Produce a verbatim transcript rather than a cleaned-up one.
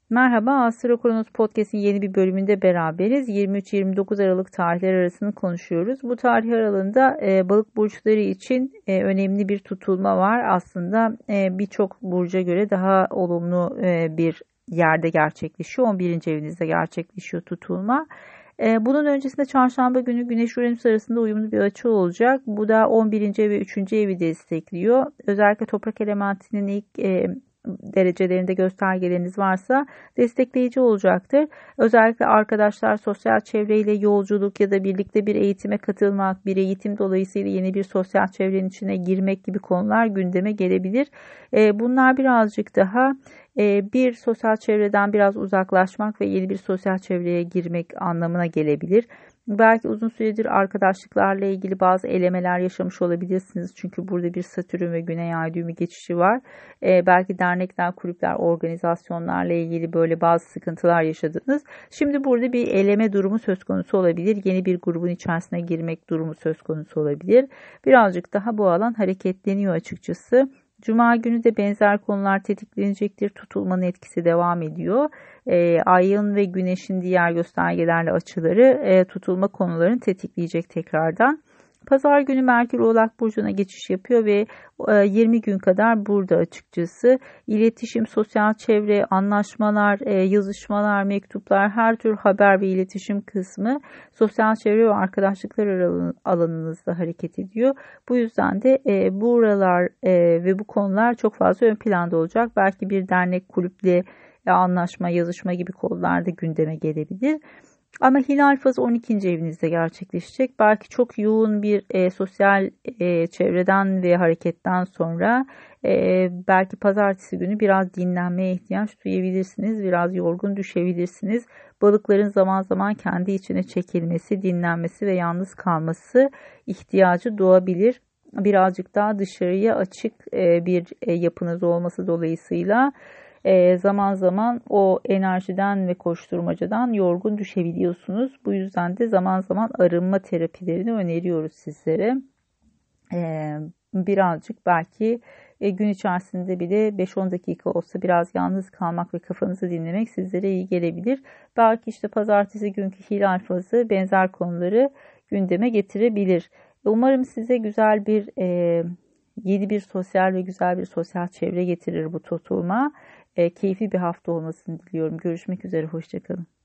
Merhaba, Astro Kronos Podcast'in yeni bir bölümünde beraberiz. yirmi üç yirmi dokuz Aralık tarihleri arasını konuşuyoruz. Bu tarih aralığında e, balık burçları için e, önemli bir tutulma var. Aslında e, birçok burca göre daha olumlu e, bir yerde gerçekleşiyor. on birinci evinizde gerçekleşiyor tutulma. E, bunun öncesinde çarşamba günü Güneş-Uranüs arasında uyumlu bir açı olacak. Bu da on birinci ev ve üçüncü evi destekliyor. Özellikle toprak elementinin ilk e, derecelerinde göstergeleriniz varsa destekleyici olacaktır. Özellikle arkadaşlar, sosyal çevreyle yolculuk ya da birlikte bir eğitime katılmak, bir eğitim dolayısıyla yeni bir sosyal çevrenin içine girmek gibi konular gündeme gelebilir. Bunlar birazcık daha bir sosyal çevreden biraz uzaklaşmak ve yeni bir sosyal çevreye girmek anlamına gelebilir. Belki uzun süredir arkadaşlıklarla ilgili bazı elemeler yaşamış olabilirsiniz. Çünkü burada bir Satürn ve Güney Ay düğümü geçişi var. Ee, belki dernekler, kulüpler, organizasyonlarla ilgili böyle bazı sıkıntılar yaşadınız. Şimdi burada bir eleme durumu söz konusu olabilir. Yeni bir grubun içerisine girmek durumu söz konusu olabilir. Birazcık daha bu alan hareketleniyor açıkçası. Cuma günü de benzer konular tetiklenecektir. Tutulmanın etkisi devam ediyor. E, ayın ve güneşin diğer göstergelerle açıları e, tutulma konularını tetikleyecek tekrardan. Pazar günü Merkür Oğlak Burcu'na geçiş yapıyor ve yirmi gün kadar burada açıkçası. İletişim, sosyal çevre, anlaşmalar, yazışmalar, mektuplar, her tür haber ve iletişim kısmı sosyal çevre ve arkadaşlıklar alanınızda hareket ediyor. Bu yüzden de buralar ve bu konular çok fazla ön planda olacak. Belki bir dernek, kulüple anlaşma, yazışma gibi konular da gündeme gelebilir. Ama hilal fazı on ikinci evinizde gerçekleşecek. Belki çok yoğun bir e, sosyal e, çevreden ve hareketten sonra e, belki pazartesi günü biraz dinlenmeye ihtiyaç duyabilirsiniz. Biraz yorgun düşebilirsiniz. Balıkların zaman zaman kendi içine çekilmesi, dinlenmesi ve yalnız kalması ihtiyacı doğabilir. Birazcık daha dışarıya açık e, bir e, yapınız olması dolayısıyla e, zaman zaman o enerjiden ve koşturmacadan yorgun düşebiliyorsunuz. Bu yüzden de zaman zaman arınma terapilerini öneriyoruz sizlere. E, birazcık belki e, gün içerisinde bile beş on dakika olsa biraz yalnız kalmak ve kafanızı dinlemek sizlere iyi gelebilir. Belki işte pazartesi günkü hilal fazı benzer konuları gündeme getirebilir. Umarım size güzel bir e, yeni bir sosyal ve güzel bir sosyal çevre getirir bu tutulma. E, keyifli bir hafta olmasını diliyorum. Görüşmek üzere, hoşça kalın.